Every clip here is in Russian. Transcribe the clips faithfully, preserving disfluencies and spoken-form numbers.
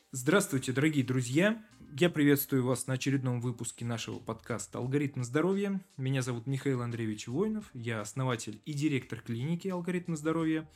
Здравствуйте, дорогие друзья! Я приветствую вас на очередном выпуске нашего подкаста «Алгоритм здоровья». Меня зовут Михаил Андреевич Воинов, я основатель и директор клиники «Алгоритм здоровья».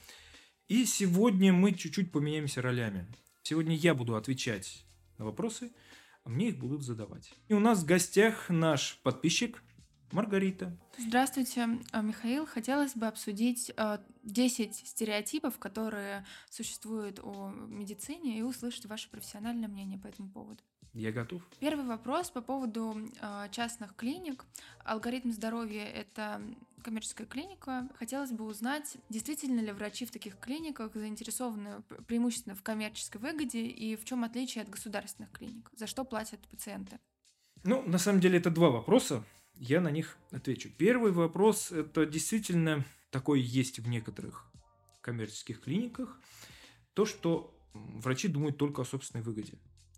И сегодня мы чуть-чуть поменяемся ролями. Сегодня я буду отвечать на вопросы, а мне их будут задавать. И у нас в гостях наш подписчик Маргарита. Здравствуйте, Михаил. Хотелось бы обсудить десять стереотипов, которые существуют о медицине, и услышать ваше профессиональное мнение по этому поводу. Я готов. Первый вопрос по поводу частных клиник. «Алгоритм здоровья» — это коммерческая клиника. Хотелось бы узнать, действительно ли врачи в таких клиниках заинтересованы преимущественно в коммерческой выгоде и в чем отличие от государственных клиник? За что платят пациенты? Ну, на самом деле, это два вопроса. Я на них отвечу. Первый вопрос – это действительно такое есть в некоторых коммерческих клиниках. То, что врачи думают только о собственной выгоде.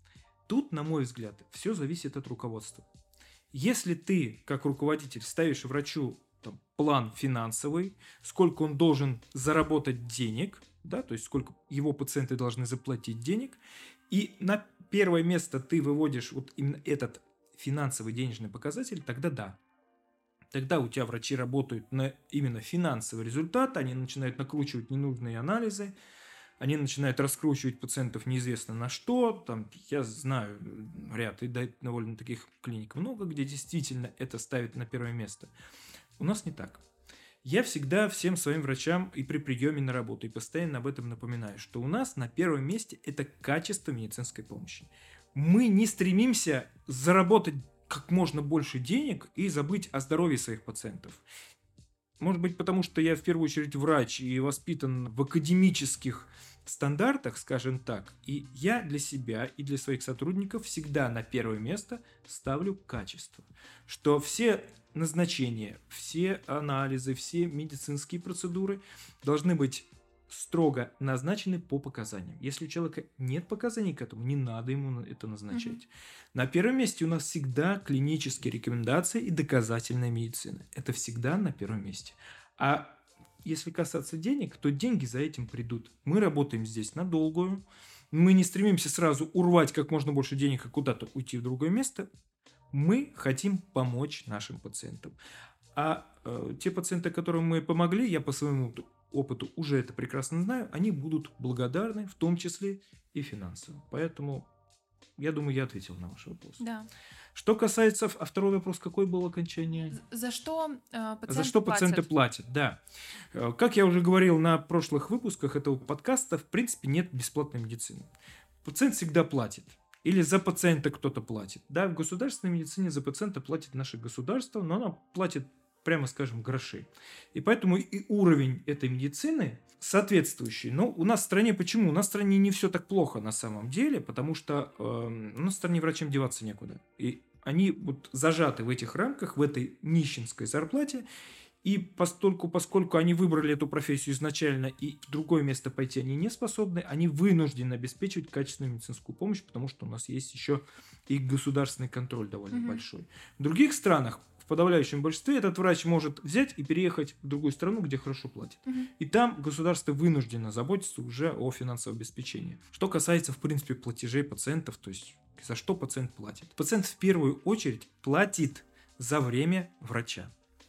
Тут, на мой взгляд, все зависит от руководства. Если ты, как руководитель, ставишь врачу там, план финансовый, сколько он должен заработать денег, да, то есть сколько его пациенты должны заплатить денег, и на первое место ты выводишь вот именно этот финансовый денежный показатель, тогда да. Тогда у тебя врачи работают на именно финансовый результат, они начинают накручивать ненужные анализы, они начинают раскручивать пациентов неизвестно на что. Там, я знаю ряд, и довольно таких клиник много, где действительно это ставит на первое место. У нас не так. Я всегда всем своим врачам и при приеме на работу, и постоянно об этом напоминаю, что у нас на первом месте это качество медицинской помощи. Мы не стремимся заработать как можно больше денег и забыть о здоровье своих пациентов. Может быть, потому что я в первую очередь врач и воспитан в академических стандартах, скажем так, и я для себя и для своих сотрудников всегда на первое место ставлю качество. Что все назначения, все анализы, все медицинские процедуры должны быть строго назначены по показаниям. Если у человека нет показаний к этому, не надо ему это назначать. Mm-hmm. На первом месте у нас всегда клинические рекомендации и доказательная медицина. Это всегда на первом месте. А если касаться денег, то деньги за этим придут. Мы работаем здесь на долгую. Мы не стремимся сразу урвать как можно больше денег и куда-то уйти в другое место. Мы хотим помочь нашим пациентам. А э, те пациенты, которым мы помогли, я по своему опыту уже это прекрасно знаю, они будут благодарны, в том числе и финансово. Поэтому, я думаю, я ответил на ваш вопрос. Да. Что касается... А второй вопрос, какой был окончание? За что э, пациенты За что пациенты платят? платят, да. Как я уже говорил на прошлых выпусках этого подкаста, в принципе, нет бесплатной медицины. Пациент всегда платит. Или за пациента кто-то платит. Да, в государственной медицине за пациента платит наше государство, но оно платит, прямо скажем, гроши. И поэтому и уровень этой медицины соответствующий. Но у нас в стране почему? У нас в стране не все так плохо на самом деле, потому что э, у нас в стране врачам деваться некуда. И они вот зажаты в этих рамках, в этой нищенской зарплате. И постольку, поскольку они выбрали эту профессию изначально и в другое место пойти они не способны, они вынуждены обеспечивать качественную медицинскую помощь, потому что у нас есть еще и государственный контроль довольно mm-hmm. большой. В других странах, в подавляющем большинстве, этот врач может взять и переехать в другую страну, где хорошо платят. Mm-hmm. И там государство вынуждено заботиться уже о финансовом обеспечении. Что касается, в принципе, платежей пациентов, то есть за что пациент платит. Пациент в первую очередь платит за время врача.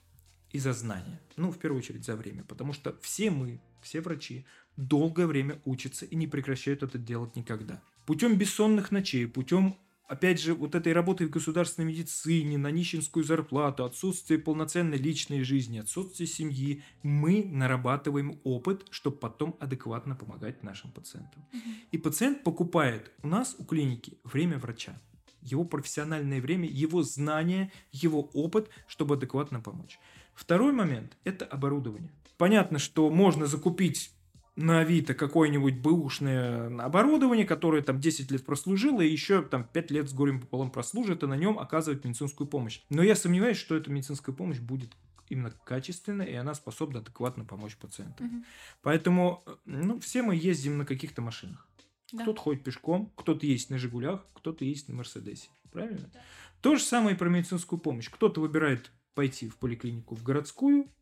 И за знания. Ну, в первую очередь, за время. Потому что все мы, все врачи, долгое время учатся и не прекращают это делать никогда. Путем бессонных ночей, путем, опять же, вот этой работы в государственной медицине, на нищенскую зарплату, отсутствие полноценной личной жизни, отсутствие семьи, мы нарабатываем опыт, чтобы потом адекватно помогать нашим пациентам. Mm-hmm. И пациент покупает у нас, у клиники, время врача. Его профессиональное время, его знания, его опыт, чтобы адекватно помочь. Второй момент – это оборудование. Понятно, что можно закупить на Авито какое-нибудь бэушное оборудование, которое там десять лет прослужило, и еще там пять лет с горем пополам прослужит, и на нем оказывать медицинскую помощь. Но я сомневаюсь, что эта медицинская помощь будет именно качественная, и она способна адекватно помочь пациенту. Угу. Поэтому ну, все мы ездим на каких-то машинах. Да. Кто-то ходит пешком, кто-то ездит на «Жигулях», кто-то ездит на «Мерседесе». Правильно? Да. То же самое и про медицинскую помощь. Кто-то выбирает пойти в поликлинику в городскую,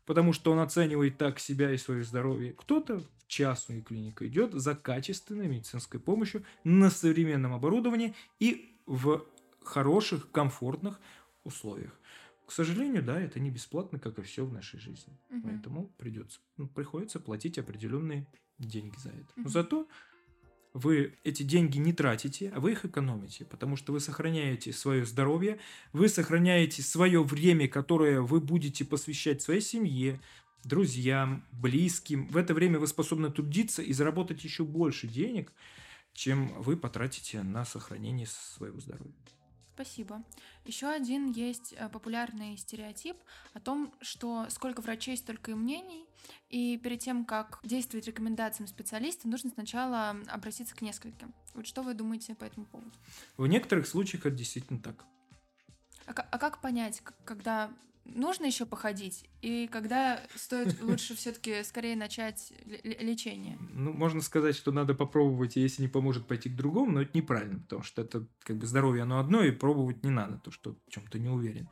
потому что он оценивает так себя и свое здоровье. Кто-то в частную клинику идет за качественной медицинской помощью на современном оборудовании и в хороших, комфортных условиях. К сожалению, да, это не бесплатно, как и все в нашей жизни. Мгм. Поэтому придется, ну, приходится платить определенные деньги за это. Но Мгм. зато вы эти деньги не тратите, а вы их экономите, потому что вы сохраняете свое здоровье, вы сохраняете свое время, которое вы будете посвящать своей семье, друзьям, близким. В это время вы способны трудиться и заработать еще больше денег, чем вы потратите на сохранение своего здоровья. Спасибо. Еще один есть э, популярный стереотип о том, что сколько врачей, столько и мнений, и перед тем, как действовать рекомендациям специалиста, нужно сначала обратиться к нескольким. Вот что вы думаете по этому поводу? В некоторых случаях это действительно так. А, ка- а как понять, к- когда нужно еще походить, и когда стоит лучше все-таки скорее начать ле- ле- лечение? Ну, можно сказать, что надо попробовать, и если не поможет, пойти к другому, но это неправильно, потому что это как бы здоровье, оно одно, и пробовать не надо, то, что в чем-то не уверен.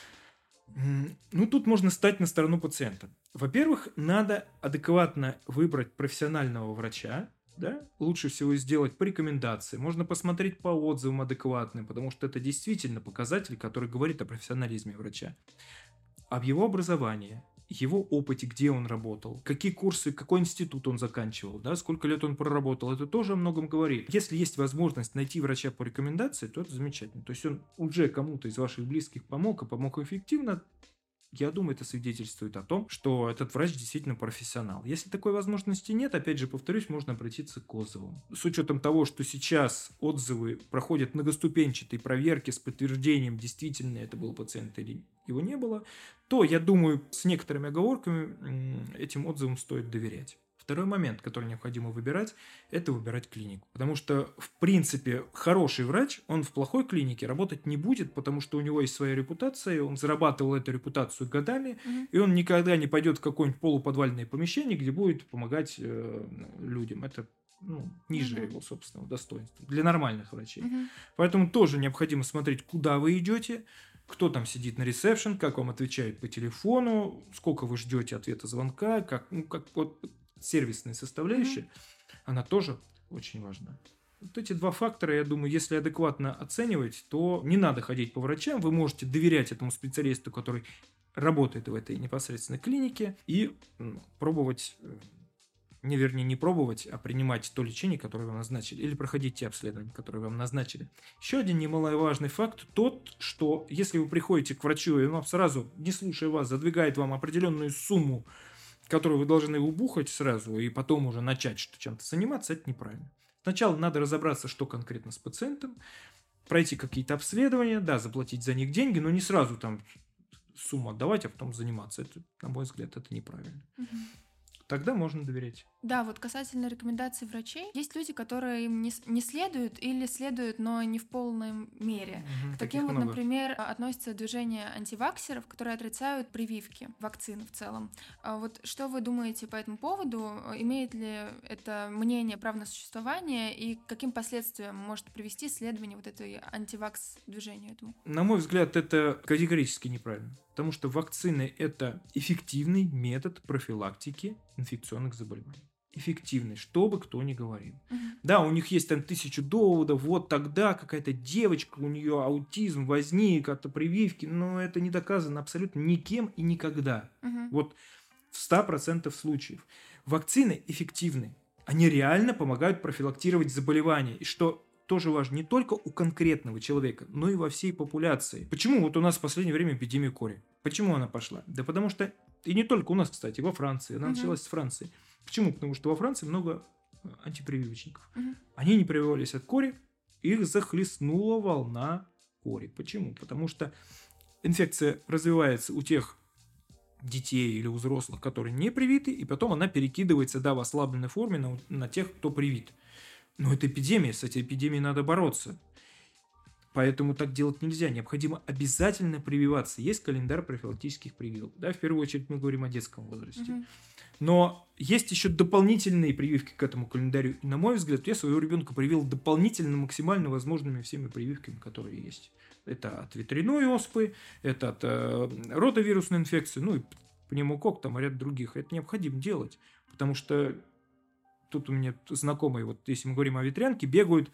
М, Ну, тут можно стать на сторону пациента. Во-первых, надо адекватно выбрать профессионального врача, да? Лучше всего сделать по рекомендации. Можно посмотреть по отзывам адекватным, потому что это действительно показатель, который говорит о профессионализме врача. Об его образовании, его опыте, где он работал, какие курсы, какой институт он заканчивал, да, сколько лет он проработал, это тоже о многом говорит. Если есть возможность найти врача по рекомендации, то это замечательно. То есть он уже кому-то из ваших близких помог, и помог эффективно, я думаю, это свидетельствует о том, что этот врач действительно профессионал. Если такой возможности нет, опять же, повторюсь, можно обратиться к отзывам. С учетом того, что сейчас отзывы проходят многоступенчатые проверки с подтверждением, действительно это был пациент или его не было, то, я думаю, с некоторыми оговорками м, этим отзывам стоит доверять. Второй момент, который необходимо выбирать, это выбирать клинику. Потому что, в принципе, хороший врач, он в плохой клинике работать не будет, потому что у него есть своя репутация, он зарабатывал эту репутацию годами, Мгм. и он никогда не пойдет в какое-нибудь полуподвальное помещение, где будет помогать э, людям. Это ну, ниже Мгм. его собственного достоинства. Для нормальных врачей. Мгм. Поэтому тоже необходимо смотреть, куда вы идете, кто там сидит на ресепшн, как вам отвечают по телефону, сколько вы ждете ответа звонка, как, ну, как вот сервисная составляющая, Мгм. она тоже очень важна. Вот эти два фактора, я думаю, если адекватно оценивать, то не надо ходить по врачам, вы можете доверять этому специалисту, который работает в этой непосредственной клинике, и м, пробовать, э, не вернее не пробовать, а принимать то лечение, которое вам назначили, или проходить те обследования, которые вам назначили. Еще один немаловажный факт тот, что если вы приходите к врачу, и он вам сразу, не слушая вас, задвигает вам определенную сумму, которую вы должны убухать сразу, и потом уже начать что- чем-то заниматься, это неправильно. Сначала надо разобраться, что конкретно с пациентом, пройти какие-то обследования, да, заплатить за них деньги, но не сразу там сумму отдавать, а потом заниматься. Это, на мой взгляд, это неправильно. Мгм. Тогда можно доверять. Да, вот касательно рекомендаций врачей, есть люди, которые им не, с- не следуют или следуют, но не в полной мере. Мгм, К таких таким вот, много. например, а, относится движение антиваксеров, которые отрицают прививки, вакцины в целом. А вот что вы думаете по этому поводу? А, Имеет ли это мнение право на существование и к каким последствиям может привести следование вот этой антивакс-движению этому? На мой взгляд, это категорически неправильно. Потому что вакцины – это эффективный метод профилактики инфекционных заболеваний. Эффективный, что бы кто ни говорил. Мгм. Да, у них есть там тысячу доводов, вот тогда какая-то девочка, у нее аутизм возник от прививки, но это не доказано абсолютно никем и никогда. Мгм. Вот в ста процентах случаев. Вакцины эффективны. Они реально помогают профилактировать заболевания. И что тоже важно, не только у конкретного человека, но и во всей популяции. Почему вот у нас в последнее время эпидемия кори? Почему она пошла? Да потому что, и не только у нас, кстати, во Франции, она Мгм. началась с Франции. Почему? Потому что во Франции много э, антипрививочников. Мгм. Они не прививались от кори, их захлестнула волна кори. Почему? Потому что инфекция развивается у тех детей или у взрослых, которые не привиты, и потом она перекидывается, да, в ослабленной форме на, на тех, кто привит. Но это эпидемия, с этой эпидемией надо бороться. Поэтому так делать нельзя. Необходимо обязательно прививаться. Есть календарь профилактических прививок. Да, в первую очередь мы говорим о детском возрасте. Мгм. Но есть еще дополнительные прививки к этому календарю. И, на мой взгляд, я своего ребенка привил дополнительно максимально возможными всеми прививками, которые есть. Это от ветряной оспы, это от э, ротавирусной инфекции, ну и пневмокок там, и ряд других. Это необходимо делать, потому что тут у меня знакомые, вот если мы говорим о ветрянке, бегают,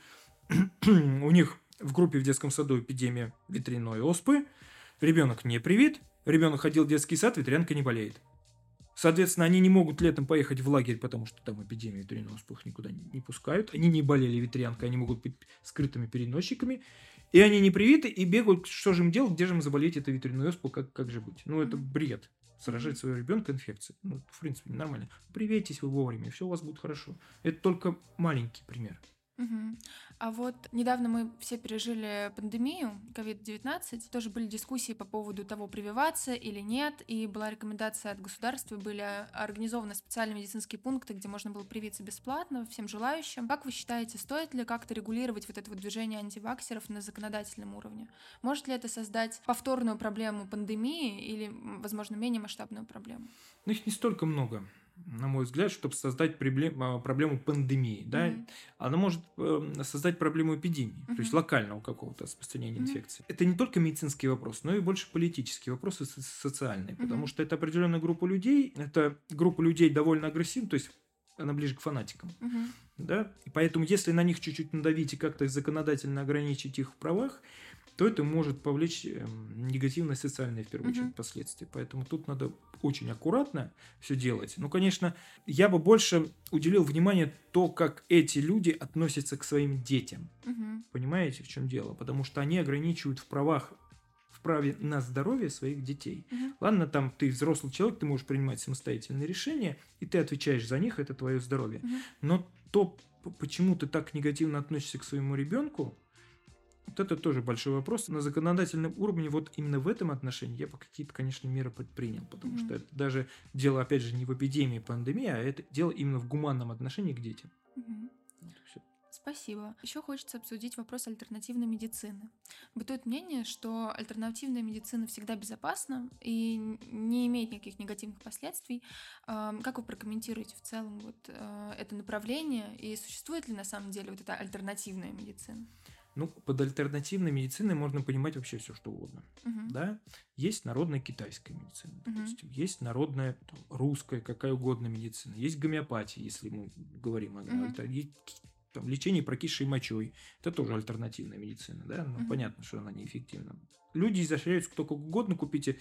у них в группе в детском саду эпидемия ветряной оспы, ребенок не привит, ребенок ходил в детский сад, ветрянка не болеет. Соответственно, они не могут летом поехать в лагерь, потому что там эпидемия ветряной оспы, их никуда не пускают. Они не болели ветрянкой, они могут быть скрытыми переносчиками. И они не привиты, и бегают, что же им делать, где же им заболеть этой ветряной оспой, как, как же быть? Ну, это бред. Сражать своего ребенка инфекцией. Ну, в принципе, нормально. Привейтесь вы вовремя, и все у вас будет хорошо. Это только маленький пример. Угу. А вот недавно мы все пережили пандемию ковид девятнадцать, тоже были дискуссии по поводу того, прививаться или нет, и была рекомендация от государства, были организованы специальные медицинские пункты, где можно было привиться бесплатно всем желающим. Как вы считаете, стоит ли как-то регулировать вот это вот движение антиваксеров на законодательном уровне? Может ли это создать повторную проблему пандемии или, возможно, менее масштабную проблему? Ну, их не столько много, на мой взгляд, чтобы создать проблему, проблему пандемии. Да? Mm-hmm. Она может э, создать проблему эпидемии, mm-hmm. то есть локального какого-то распространения mm-hmm. инфекции. Это не только медицинский вопрос, но и больше политический вопрос и социальный, mm-hmm. потому что это определенная группа людей, это группа людей довольно агрессивная, то есть она ближе к фанатикам. Mm-hmm. Да? И поэтому, если на них чуть-чуть надавить и как-то законодательно ограничить их в правах, то это может повлечь э, негативные социальные, в первую очередь, mm-hmm. последствия. Поэтому тут надо очень аккуратно все делать. Ну, конечно, я бы больше уделил внимание то, как эти люди относятся к своим детям. Mm-hmm. Понимаете, в чем дело? Потому что они ограничивают в правах, в праве на здоровье своих детей. Mm-hmm. Ладно, там ты взрослый человек, ты можешь принимать самостоятельные решения, и ты отвечаешь за них, это твое здоровье. Mm-hmm. Но то, почему ты так негативно относишься к своему ребенку, вот это тоже большой вопрос. На законодательном уровне вот именно в этом отношении я бы какие-то, конечно, меры предпринял, потому mm-hmm. что это даже дело, опять же, не в эпидемии, пандемии, а это дело именно в гуманном отношении к детям. Mm-hmm. Вот Спасибо. Еще хочется обсудить вопрос альтернативной медицины. Бытует мнение, что альтернативная медицина всегда безопасна и не имеет никаких негативных последствий. Как вы прокомментируете в целом вот это направление и существует ли на самом деле вот эта альтернативная медицина? Ну, под альтернативной медициной можно понимать вообще все, что угодно. Uh-huh. Да? Есть народная китайская медицина, допустим. Uh-huh. Есть народная там, русская, какая угодно медицина. Есть гомеопатия, если мы говорим о uh-huh. есть, там, лечении прокисшей мочой. Это тоже альтернативная медицина. Да? Ну, uh-huh. понятно, что она неэффективна. Люди изощряются кто как угодно. Купите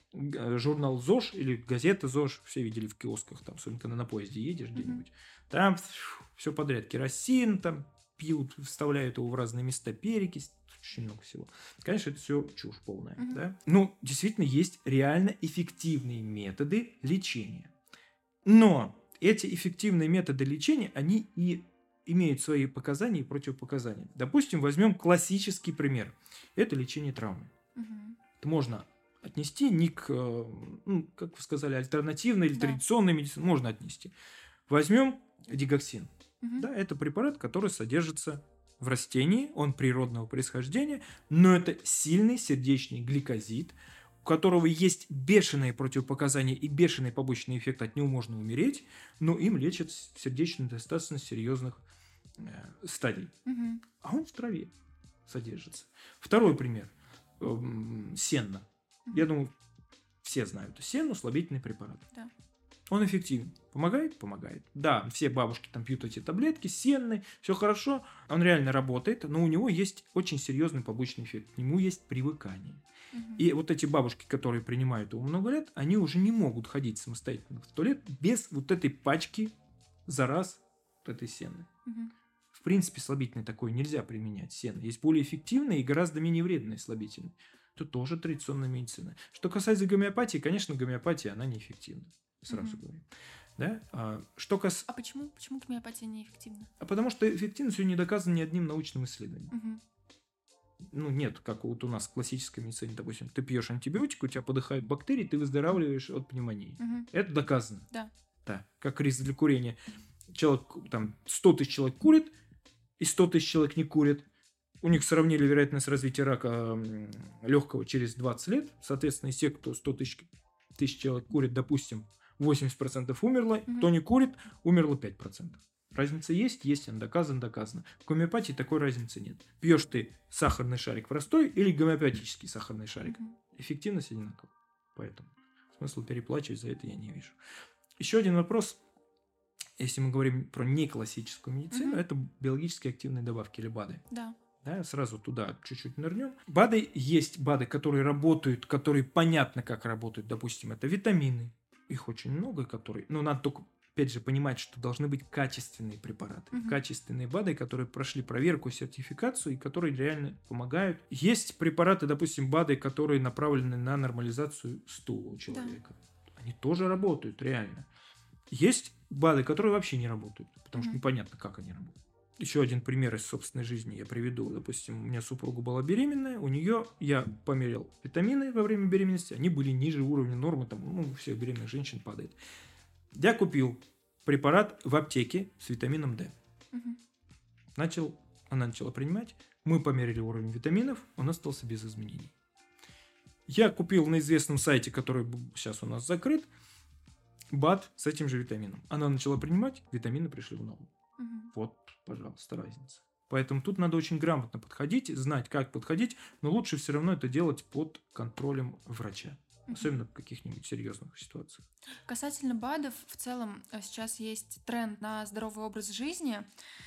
журнал ЗОЖ или газета ЗОЖ. Все видели в киосках, там, особенно когда на поезде едешь uh-huh. где-нибудь. Там все подряд. Керосин, там, пьют, вставляют его в разные места, перекись, очень много всего. Конечно, это все чушь полная. Uh-huh. Да? Но действительно есть реально эффективные методы лечения. Но эти эффективные методы лечения, они и имеют свои показания и противопоказания. Допустим, возьмем классический пример. Это лечение травмы. Uh-huh. Это можно отнести не к, ну, как вы сказали, альтернативной или да. традиционной медицине. Можно отнести. Возьмем дигоксин. Uh-huh. Да, это препарат, который содержится в растении, он природного происхождения, но это сильный сердечный гликозид, у которого есть бешеные противопоказания и бешеный побочный эффект, от него можно умереть, но им лечат сердечную недостаточность серьезных э, стадий. Uh-huh. А он в траве содержится. Второй пример. Эм, сенна. Uh-huh. Я думаю, все знают. Сенна – слабительный препарат. Да. Он эффективен. Помогает? Помогает. Да, все бабушки там пьют эти таблетки, сенны, все хорошо. Он реально работает, но у него есть очень серьезный побочный эффект. К нему есть привыкание. Угу. И вот эти бабушки, которые принимают его много лет, они уже не могут ходить самостоятельно в туалет без вот этой пачки за раз вот этой сенны. Угу. В принципе, слабительное такое нельзя применять. Сено. Есть более эффективные и гораздо менее вредные слабительные. Это тоже традиционная медицина. Что касается гомеопатии, конечно, гомеопатия, она неэффективна. Сразу mm-hmm. говорю. Да? А, что кас... а почему, почему гомеопатия неэффективна? А потому что эффективность ее не доказана ни одним научным исследованием. Mm-hmm. Ну, нет, как вот у нас в классической медицине, допустим, ты пьешь антибиотик, у тебя подыхают бактерии, ты выздоравливаешь от пневмонии. Mm-hmm. Это доказано. Да. Да. Как риск для курения. Человек, там, сто тысяч человек курит, и сто тысяч человек не курят. У них сравнили вероятность развития рака легкого через двадцать лет. Соответственно, из тех, кто сто тысяч человек курит, допустим, восемьдесят процентов умерло, mm-hmm. кто не курит, умерло пять процентов. Разница есть, есть, она доказана, доказана. В гомеопатии такой разницы нет. Пьешь ты сахарный шарик простой или гомеопатический сахарный шарик. Mm-hmm. Эффективность одинакова. Поэтому. смысла переплачивать за это я не вижу. Еще один вопрос. Если мы говорим про неклассическую медицину, mm-hmm. это биологически активные добавки или БАДы. Да. Да, сразу туда чуть-чуть нырнем. БАДы есть БАДы, которые работают, которые понятно, как работают. Допустим, это витамины. Их очень много, которые... Ну, надо только, опять же, понимать, что должны быть качественные препараты. Mm-hmm. Качественные БАДы, которые прошли проверку, сертификацию и которые реально помогают. Есть препараты, допустим, БАДы, которые направлены на нормализацию стула у человека. Да. Они тоже работают, реально. Есть БАДы, которые вообще не работают, потому mm-hmm. что непонятно, как они работают. Еще один пример из собственной жизни я приведу. Допустим, у меня супруга была беременная, у нее я померил витамины во время беременности, они были ниже уровня нормы, там, ну, у всех беременных женщин падает. Я купил препарат в аптеке с витамином D. Угу. Начал, она начала принимать, мы померили уровень витаминов, он остался без изменений. Я купил на известном сайте, который сейчас у нас закрыт, БАД с этим же витамином. Она начала принимать, витамины пришли в норму. Угу. Вот, пожалуйста, разница. Поэтому тут надо очень грамотно подходить, знать, как подходить, но лучше все равно это делать под контролем врача. Угу. Особенно в каких-нибудь серьезных ситуациях. Касательно БАДов, в целом сейчас есть тренд на здоровый образ жизни.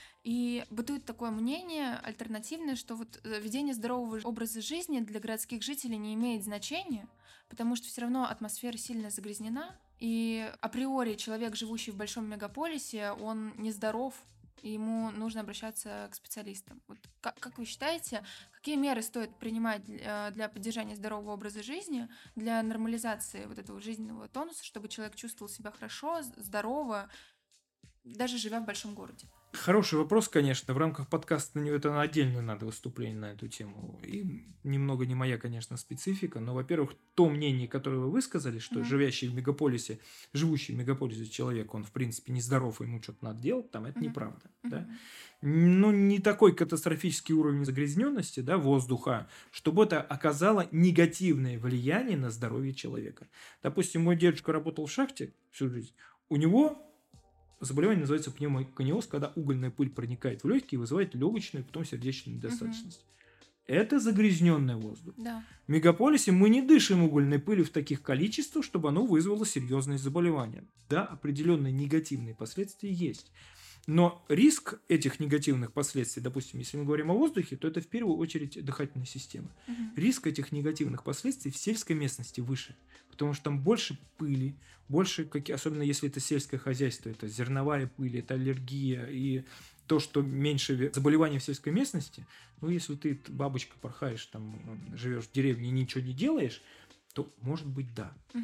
И бытует такое мнение альтернативное, что вот ведение здорового образа жизни для городских жителей не имеет значения, потому что все равно атмосфера сильно загрязнена, и априори человек, живущий в большом мегаполисе, он нездоров, и ему нужно обращаться к специалистам. Вот как, как вы считаете, какие меры стоит принимать для, для поддержания здорового образа жизни, для нормализации вот этого жизненного тонуса, чтобы человек чувствовал себя хорошо, здорово, даже живя в большом городе? Хороший вопрос, конечно. В рамках подкаста на него это отдельно надо выступление на эту тему. И немного не моя, конечно, специфика. Но, во-первых, то мнение, которое вы высказали, что mm-hmm. живящий в мегаполисе, живущий в мегаполисе человек, он, в принципе, нездоров, ему что-то надо делать, там это mm-hmm. неправда. Mm-hmm. Да? Ну, не такой катастрофический уровень загрязненности, да, воздуха, чтобы это оказало негативное влияние на здоровье человека. Допустим, мой дедушка работал в шахте всю жизнь. У него... Заболевание называется пневмокониоз, когда угольная пыль проникает в легкие и вызывает легочную, потом сердечную недостаточность. Угу. Это загрязненный воздух. Да. В мегаполисе мы не дышим угольной пылью в таких количествах, чтобы оно вызвало серьезные заболевания. Да, определенные негативные последствия есть. Но риск этих негативных последствий, допустим, если мы говорим о воздухе, то это в первую очередь дыхательная система. Угу. Риск этих негативных последствий в сельской местности выше, потому что там больше пыли, больше, особенно если это сельское хозяйство, это зерновая пыль, это аллергия и то, что меньше заболеваний в сельской местности. Ну, если ты бабочка порхаешь, там, живешь в деревне и ничего не делаешь, то, может быть, да. Угу.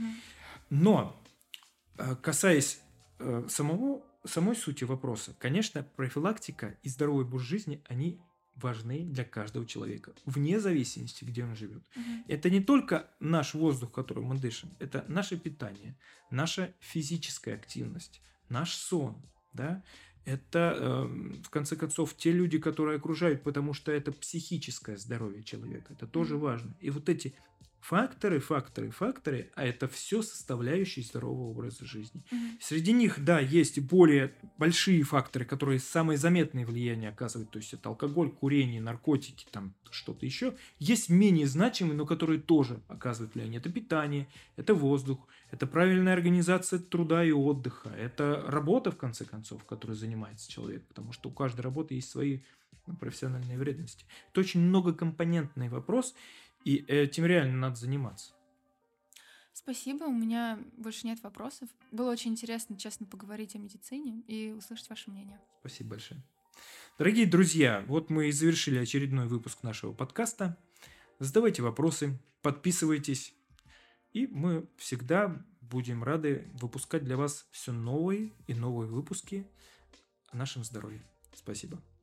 Но, касаясь самого самой сути вопроса, конечно, профилактика и здоровый образ жизни, они важны для каждого человека, вне зависимости, где он живет. Uh-huh. Это не только наш воздух, которым мы дышим, это наше питание, наша физическая активность, наш сон, да? Это, э, в конце концов, те люди, которые окружают, потому что это психическое здоровье человека, это тоже uh-huh. важно. И вот эти факторы, факторы, факторы, а это все составляющие здорового образа жизни. Mm-hmm. Среди них, да, есть более большие факторы, которые самые заметные влияния оказывают, то есть это алкоголь, курение, наркотики, там что-то еще. Есть менее значимые, но которые тоже оказывают влияние. Это питание, это воздух, это правильная организация труда и отдыха, это работа, в конце концов, которой занимается человек, потому что у каждой работы есть свои профессиональные вредности. Это очень многокомпонентный вопрос, и этим реально надо заниматься. Спасибо, у меня больше нет вопросов. Было очень интересно, честно, поговорить о медицине и услышать ваше мнение. Спасибо большое. Дорогие друзья, вот мы и завершили очередной выпуск нашего подкаста. Задавайте вопросы, подписывайтесь, и мы всегда будем рады выпускать для вас все новые и новые выпуски о нашем здоровье. Спасибо.